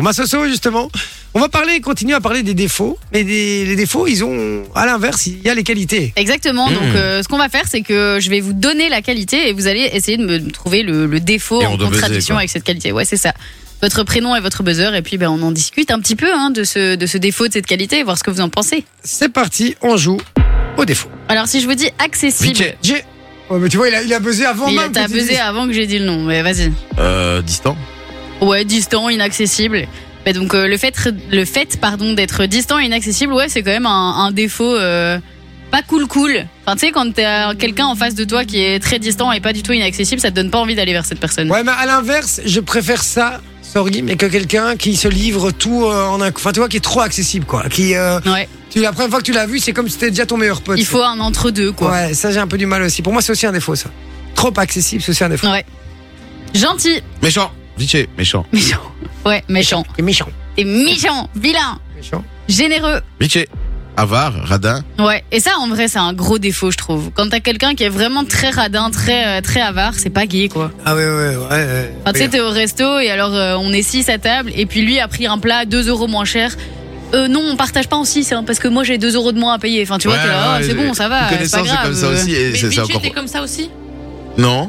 Ma Soso, justement, on va continuer à parler des défauts. Mais les défauts, ils ont, à l'inverse, il y a les qualités. Exactement. Donc, ce qu'on va faire, c'est que je vais vous donner la qualité et vous allez essayer de me trouver le défaut en contradiction avec cette qualité. Ouais, c'est ça. Votre prénom et votre buzzer, et puis on en discute un petit peu de ce défaut, de cette qualité, et voir ce que vous en pensez. C'est parti, on joue au défaut. Alors, si je vous dis accessible. Ouais, mais tu vois, il a buzzé avant même. T'as buzzé avant que j'ai dit le nom, mais vas-y. Distant. Ouais, distant, inaccessible. Mais donc le fait d'être distant et inaccessible, ouais, c'est quand même un défaut pas cool. Enfin, tu sais, quand t'as quelqu'un en face de toi qui est très distant et pas du tout inaccessible, ça te donne pas envie d'aller vers cette personne. Ouais, mais à l'inverse, je préfère ça. Sorry, mais que quelqu'un qui se livre tout enfin, tu vois, qui est trop accessible, quoi. Ouais. La première fois que tu l'as vu, c'est comme si c'était déjà ton meilleur pote. Il faut un entre-deux, quoi. Ouais, ça j'ai un peu du mal aussi. Pour moi, c'est aussi un défaut, ça. Trop accessible, c'est aussi un défaut. Ouais. Gentil. Méchant. Vichy, méchant. Ouais, méchant. Et méchant. Et méchant, vilain. Méchant. Généreux. Vichy. Avare, radin. Ouais, et ça en vrai c'est un gros défaut je trouve. Quand t'as quelqu'un qui est vraiment très radin, très avare, c'est pas gay quoi. Ah ouais. Enfin, tu sais, t'es au resto et alors on est 6 à table et puis lui a pris un plat 2 € moins cher. Non, on partage pas en 6 parce que moi j'ai 2 € de moins à payer. Enfin tu vois, t'es là, c'est bon, ça va, c'est pas grave. C'est comme ça aussi. Et mais c'est Vichy, encore... t'es comme ça aussi? Non.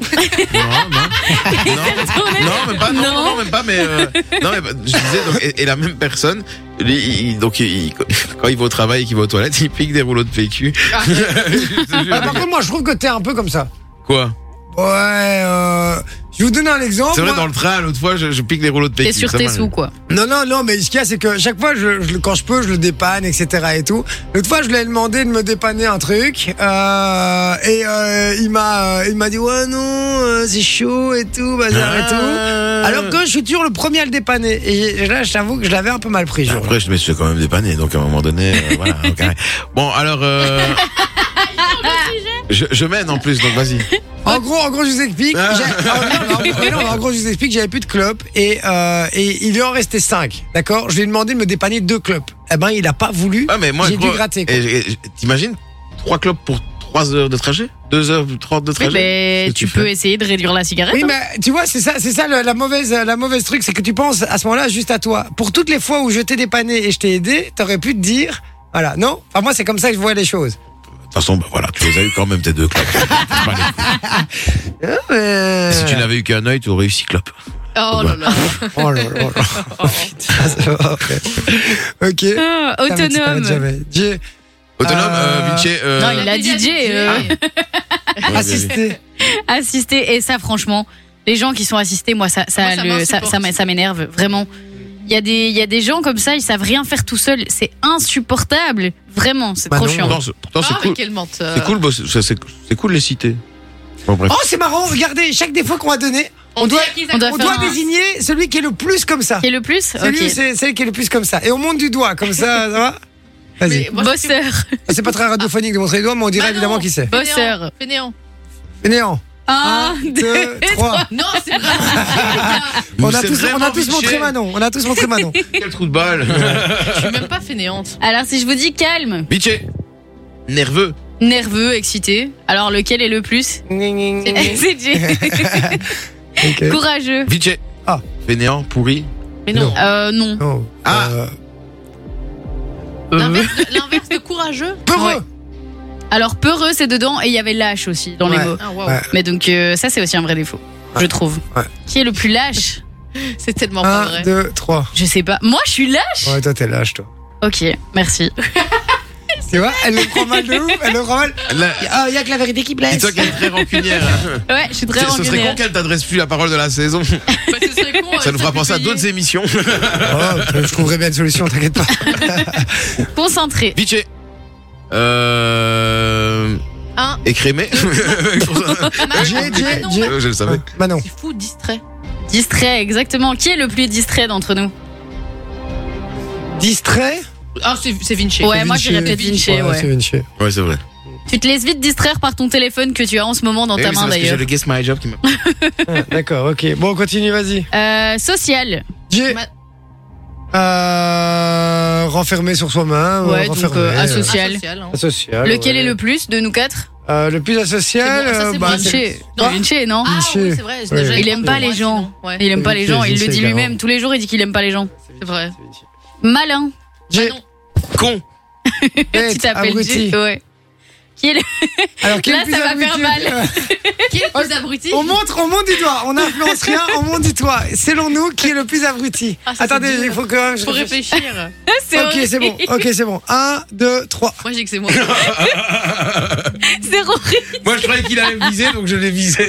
Non, même pas. Non, même pas. Mais non, mais je disais donc, et la même personne, lui, quand il va au travail et qu'il va aux toilettes, il pique des rouleaux de PQ. Par contre, moi, je trouve que t'es un peu comme ça. Quoi? Ouais. Je vais vous donner un exemple. C'est vrai, dans le train, l'autre fois, je pique des rouleaux de PQ. T'es sur tes sous quoi. Non, mais ce qu'il y a, c'est que chaque fois, quand je peux, je le dépanne, etc. et tout. L'autre fois, je lui ai demandé de me dépanner un truc, il m'a dit, ouais, non, c'est chaud et tout, bazar et tout. Alors que je suis toujours le premier à le dépanner. Et là, je t'avoue que je l'avais un peu mal pris, jour. Après, je me suis quand même dépanné, donc à un moment donné, voilà. Okay. Bon, alors, je mène en plus, donc vas-y. En gros, je vous explique. En gros, je vous explique, j'avais plus de clopes et il lui en restait 5. D'accord? Je lui ai demandé de me dépanner 2 clopes. Eh ben, il a pas voulu. Ah, mais moi, j'ai dû gratter, quoi. T'imagines 3 clopes pour 3 heures de trajet? 2h30 de trajet? Mais tu peux essayer de réduire la cigarette. Oui, mais tu vois, c'est ça la mauvaise truc, c'est que tu penses à ce moment-là juste à toi. Pour toutes les fois où je t'ai dépanné et je t'ai aidé, t'aurais pu te dire, voilà, non? Enfin, moi, c'est comme ça que je vois les choses. De toute façon, voilà, tu les as eu quand même tes 2 clopes. Si tu n'avais eu qu'un œil, tu aurais eu 6 clopes. Oh là là. Oh là là. Oh putain, ça va. Ok. Autonome. Autonome, Vinci. Non, il a DJ. Assisté. Et ça, franchement, les gens qui sont assistés, moi, ça m'énerve vraiment. Il y a des gens comme ça, ils savent rien faire tout seuls. C'est insupportable. Vraiment, c'est trop chiant. Pourtant, c'est cool. Quel menteur. C'est cool, c'est cool de les citer. Bon, bref. Oh, c'est marrant. Regardez, chaque défaut qu'on va donner, on doit désigner celui qui est le plus comme ça. Qui est le plus? Celui qui est le plus comme ça. Et on monte du doigt, comme ça va? Vas-y. Bosseur. C'est pas très radiophonique de montrer les doigts, mais on dirait évidemment qui c'est. Bosseur. Fainéant. Fainéant. 1, 2, 3. Non, c'est vrai. On a tous montré Manon. Quel trou de balle. Je suis même pas fainéante. Alors, si je vous dis calme. Vichy. Nerveux. Nerveux, excité. Alors, lequel est le plus? C'est Jay. Okay. Courageux. Vichy. Ah. Fainéant, pourri. Mais non. Non. Oh. L'inverse de courageux. Peureux. Ouais. Alors, peureux, c'est dedans, et il y avait lâche aussi dans les mots. Ah, wow. Ouais. Mais donc, ça, c'est aussi un vrai défaut, je trouve. Ouais. Qui est le plus lâche? C'est tellement pas 1, vrai. 2, 3. Je sais pas. Moi, je suis lâche? Ouais, toi, t'es lâche, toi. Ok, merci. Tu vois, elle le prend mal de ouf, elle le prend mal. Ah, il y a que la vérité qui blesse. C'est toi qui es très rancunière. Ouais, je suis très Ce serait con rancunière. qu'elle t'adresse plus la parole de la saison. Bah, ce serait con, Ça nous fera penser à d'autres émissions. Oh, je trouverai bien une solution, t'inquiète pas. Concentré. Vichy. Écrémé. Je le savais. Manon. C'est fou, distrait. Distrait, exactement. Qui est le plus distrait d'entre nous? Distrait? Ah, c'est Vinci. Ouais, moi je répète Vinci. C'est Ouais. Vinci. Ouais, c'est vrai. Tu te laisses vite distraire par ton téléphone que tu as en ce moment dans ta main C'est parce que j'ai d'ailleurs. le Guess My Job qui m'a. Ah, d'accord, ok. Bon, on continue, vas-y. Social. J'ai. renfermé sur soi-même. Ouais, donc renfermé, asocial. Asocial, hein. asocial. Lequel ouais. est le plus de nous quatre? Le plus asocial, C'est bon, ça, c'est bon. Vinci. Quoi Vinci, non? Ah Vinci. oui, c'est vrai. Ouais. déjà, Il aime pas les moi, gens. sinon. Ouais. Il aime pas les gens, il Vinci, le dit également. lui-même. Tous les jours, il dit qu'il aime pas les gens. C'est vrai. Malin. J'ai- Bah non. Con. Tu Bête, t'appelles abruti. Jay. Ouais. Qui est le... Alors, qui est Là, le plus ça va faire abruti mal. Qui est le plus abruti? On montre du doigt. On n'influence rien, on montre du doigt. Selon nous, qui est le plus abruti? Ah, ça, Attendez, c'est dur. il faut que je Faut réfléchisse. réfléchir. C'est Ok, horrible. c'est bon. Ok, c'est bon. 1, 2, 3. Moi, je dis que c'est moi. C'est horrible. Moi, je croyais qu'il allait me viser, donc je l'ai visé.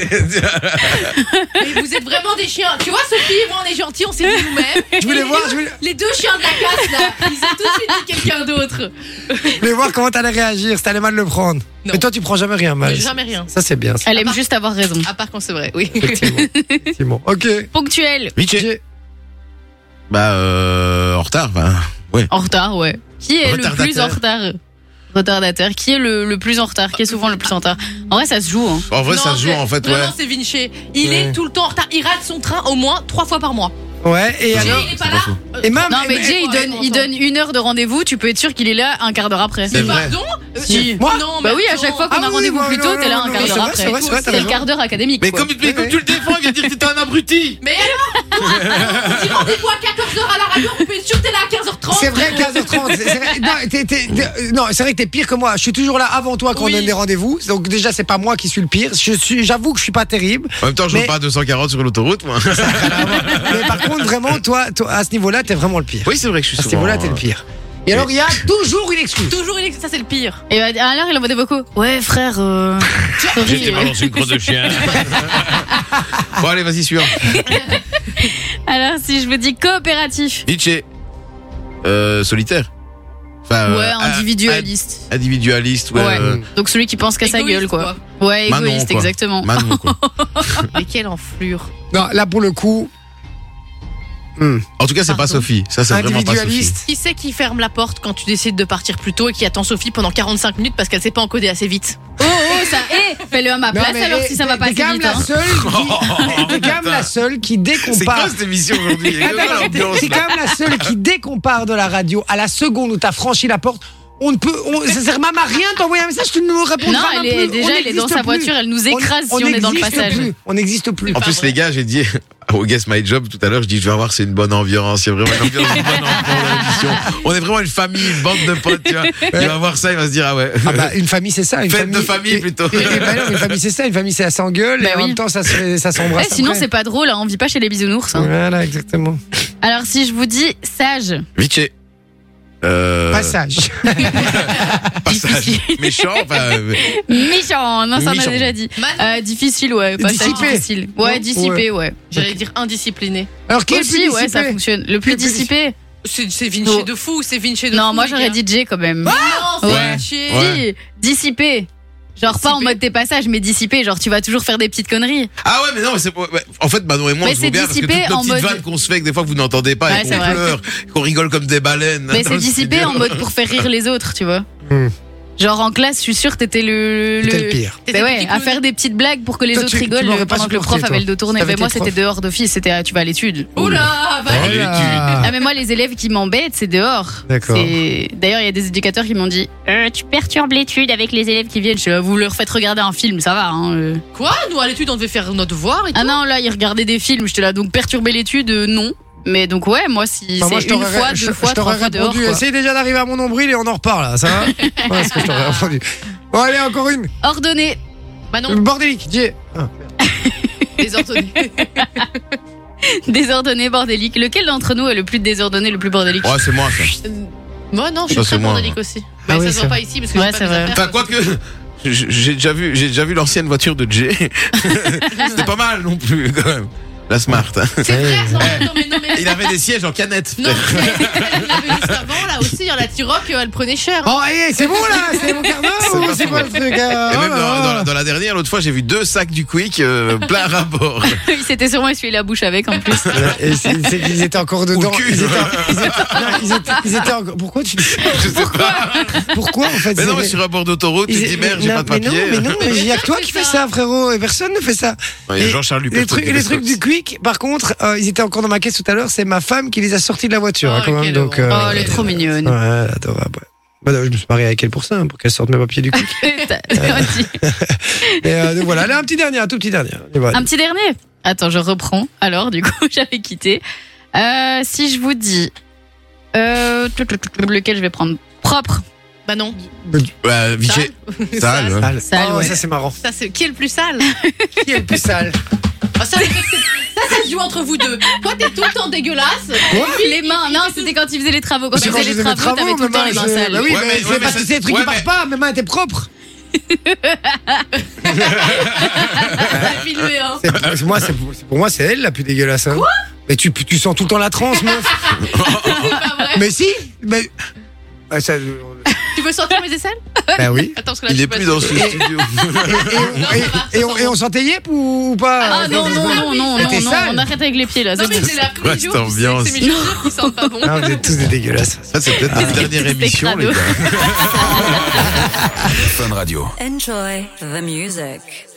Mais vous êtes vraiment des chiens. Tu vois, Sophie et moi, on est gentils, on s'est dit nous-mêmes. Je voulais Et voir, les je deux- voulais- Les deux chiens de la casse, là, ils ont tout de suite dit quelqu'un d'autre. Je voulais voir comment t'allais réagir, si t'allais mal le prendre. Non. Mais toi, tu prends jamais rien mal. Jamais rien. Ça, c'est bien. ça. Elle aime juste avoir raison. À part quand c'est vrai, oui. Effectivement. Effectivement. Ok. Ponctuel. Vinci. J'ai- Bah, en retard, bah, ouais. En retard, ouais. Qui est le Retardateur. plus en retard? Retardateur. Qui est le plus en retard? Qui est souvent le plus en retard? En vrai, ça se joue. Hein. En vrai, ça Non, se joue, c'est- en fait, ouais. Vraiment, c'est Vinci. Il Ouais. est tout le temps en retard. Il rate son train au moins 3 fois par mois. Ouais, et Jay, alors. il est pas c'est là. pas faux. Et même. Non, mais et- Jay, ouais, il attends. donne 1 heure de rendez-vous. Tu peux être sûr qu'il est là un quart d'heure après. C'est vrai. Pardon Si. Moi Non, Bah mais oui, à attends. chaque fois qu'on Ah a oui, rendez-vous moi, plus tôt, non, t'es là non, un non, quart c'est d'heure vrai, après. c'est vrai, c'est vrai, t'as C'est le raison. quart d'heure académique. Mais quoi. comme tu le défends, il va dire que t'es un abruti. Mais alors on dit rendez-vous à 14h à la radio, on peut être sûr que t'es là à 15h30. C'est vrai, 15h30. C'est vrai. Non, c'est vrai que t'es pire que moi. Je suis toujours là avant toi quand Oui. on donne des rendez-vous. Donc, déjà, c'est pas moi qui suis le pire. J'avoue que je suis pas terrible. En même temps, je Mais- roule pas à 240 sur l'autoroute, moi. Mais par contre, vraiment, toi, à ce niveau-là, t'es vraiment le pire. Oui, c'est vrai que je suis À ce souvent. niveau-là, t'es le pire. Et alors, il y a toujours une excuse. Toujours ça c'est le pire. Et alors, il envoie des vocaux. Ouais, frère. Sorry. J'étais balancé une crotte de chien. Bon, allez, vas-y, suivant. Alors, si je vous dis coopératif. Vinci. Solitaire. Enfin, Ouais, individualiste. Individualiste, ouais. Ouais. Donc celui qui pense qu'à sa Égoïste, gueule, quoi. quoi. Ouais, Manon, égoïste, quoi. exactement. Manon, quoi. Mais quelle enflure. Non, là, pour le coup. En tout cas, c'est pas Pardon. Sophie. Sophie. Ça, c'est vraiment pas Sophie. Individualiste. Qui c'est qui ferme la porte quand tu décides de partir plus tôt et qui attend Sophie pendant 45 minutes parce qu'elle sait pas encoder assez vite? Oh, ça. Fais-le à ma Non, place mais, alors si ça va pas t'es assez quand même vite. la hein. seule t'es quand même la seule qui, dès qu'on C'est quoi part. cette émission aujourd'hui? Attends, L'ambiance, t'es là. quand même la seule qui, dès qu'on part de la radio, à la seconde où t'as franchi la porte, on ne peut. Ça sert même à rien de t'envoyer un message, tu ne nous répondras Non, même elle est, plus. déjà, On elle est dans n'existe sa plus. voiture, elle nous écrase si on est dans le n'existe passage. plus. On n'existe plus. En pas plus, vrai. les gars, j'ai dit au Guess My Job tout à l'heure, je dis, je vais voir, c'est une bonne ambiance. Il y a vraiment une ambiance, une bonne ambiance dans l'émission. On est vraiment une famille, une bande de potes, tu vois. Il va voir ça, il va se dire, ah ouais. Ah bah, une famille, c'est ça. Une Fête de famille, plutôt. Bah non, une famille, c'est ça. Une famille, c'est ça s'engueule Bah et en oui. même temps, ça s'embrasse. Ouais, sinon, après. c'est pas drôle, hein, on vit pas chez les bisounours. hein. Voilà, exactement. Alors, si je vous dis sage, Vinci. Passage. Passage. difficile. Méchant, enfin, Méchant, non, ça on a Méchant. déjà dit. Man, Difficile, ouais, passage Dissipé. difficile. Ouais, Non, dissipé, ouais. j'allais dire indiscipliné. Alors, qui est le Aussi, plus ouais, ça dissipé fonctionne. Le plus Qui est le plus dissipé. C'est Vinci Oh. de fou, c'est Vinci de Non, fou. moi les j'aurais gars. dit Jay quand même. Non, c'est Ouais. Vinci. Ouais. Si, dissipé. Genre pas en Dissipé. mode tes passages, mais dissipé. Genre tu vas toujours faire des petites conneries. Ah ouais, mais non, mais c'est ouais, en fait, Manon et moi, Mais on se c'est voit bien parce que toutes dissipé nos en petites mode- vannes qu'on se fait, que des fois vous n'entendez pas Ouais, et c'est qu'on vrai. pleure, qu'on rigole comme des baleines. Mais dans c'est le dissipé studio. en mode pour faire rire les autres, tu vois. Hmm. Genre en classe, je suis sûre t'étais C'était le pire. Bah ouais, à faire des petites blagues pour que les Toi, autres tu rigolent m'aurais pas pendant que le supporté, prof avait le dos tourné. toi. Mais moi T'avais été c'était prof. dehors d'office, c'était tu vas à l'étude. Oula, va Oh, les Ah mais moi les élèves qui m'embêtent c'est dehors. D'accord. D'ailleurs il y a des éducateurs qui m'ont dit tu perturbes l'étude avec les élèves qui viennent. Je dis, vous leur faites regarder un film, ça va. Hein, Quoi? Nous à l'étude on devait faire notre devoir et tout. Ah non là ils regardaient des films, j'étais là donc perturber l'étude non. Mais donc ouais moi si Enfin, moi, c'est je une t'aurais- fois, je- deux fois, je t'aurais trois fois dehors. répondu, quoi. essaye déjà d'arriver à mon nombril et on en repart là, ça va Ouais, c'est ce que je t'aurais répondu. Bon, allez, encore une. Ordonné. Bah non, Bordélique, dis. Ah. désordonné. Désordonné, bordélique. Lequel d'entre nous est le plus désordonné, le plus bordélique? Ouais, c'est moi, ça. Moi non, je Ça, suis très c'est moi. bordélique aussi. Ah Mais oui, ça se c'est voit pas vrai. ici parce que Ouais, j'ai pas c'est mes vrai. affaires. Enfin, quoique, j'ai déjà vu l'ancienne voiture de Jay. C'était pas mal non plus, quand même. La Smart. hein. C'est vrai, non, mais Il avait des sièges en canette. non, mais elle l'avait juste avant là aussi, la T-Rock elle prenait cher. Oh, c'est bon là, c'est mon quart d'heure C'est ou pas c'est faux. quoi le truc hein Et Oh même là là. dans la dernière, l'autre fois, j'ai vu 2 sacs du Quick plein rapport. Il s'était sûrement essuyé la bouche avec en plus. Et ils étaient encore dedans. Ou le cul. Ils étaient encore. Pourquoi tu dis ça Je sais pas. Pourquoi en fait Mais non, mais c'est- sur un bord d'autoroute, tu te dis merde, j'ai Non, pas de papier. Mais non, mais il y a que toi qui fais ça, frérot, et personne ne fait ça. Ouais, il y a Et Jean-Charles Les Lupin. trucs du quick, Kwik, par contre, ils étaient encore dans ma caisse tout à l'heure. C'est ma femme qui les a sortis de la voiture, Oh, hein, quand même. quelle Donc, Oh, elle est trop mignonne. ouais, adorable. Ouais. Bah, je me suis marié avec elle pour ça, hein, pour qu'elle sorte mes papiers du Kwik. T'as dit. Et donc voilà, allez, un petit dernier, un tout petit dernier. Et voilà. Un petit dernier. Attends, je reprends. Alors, du coup, j'avais quitté. Si je vous dis, lequel je vais prendre? Propre. Bah non. Vichy. Sale. Ouais. Sale. Sale, Oh, ouais. ça c'est marrant. Ça, c'est qui est le plus sale? Qui est le plus sale? Ah, ça se joue entre vous deux. Toi, t'es tout le temps dégueulasse. Quoi? Les mains, non, c'était quand il faisait les travaux. Quand C'est il quand faisait je les faisais mes travaux, t'avais tout le temps mais les mains moi, sales. Bah oui, Ouais, mais mais- c'est ouais, parce mais que c'est des trucs ouais, qui partent mais- pas, mes mains étaient propres. Filmé, hein. Pour moi, c'est elle la plus dégueulasse. Hein. Mais tu sens tout le temps la transe, meuf. C'est pas vrai. Mais si. Mais. Ah, ça, Tu veux sortir mes aisselles? bah oui. Attends, parce que là, Il je est suis pas plus sûre. dans ce studio. Et on s'entendait yep ou pas? Ah non, non, non, non, T'es non, sale. on arrête avec les pieds là. Non, c'est mais bon. c'est la tous Ouais, les jours. cette ambiance. C'est mes chaussures qui sentent pas bon. Ah, vous êtes tous des dégueulasses. Ça, c'est peut-être notre dernière émission, les gars. Fun Radio. Enjoy the music.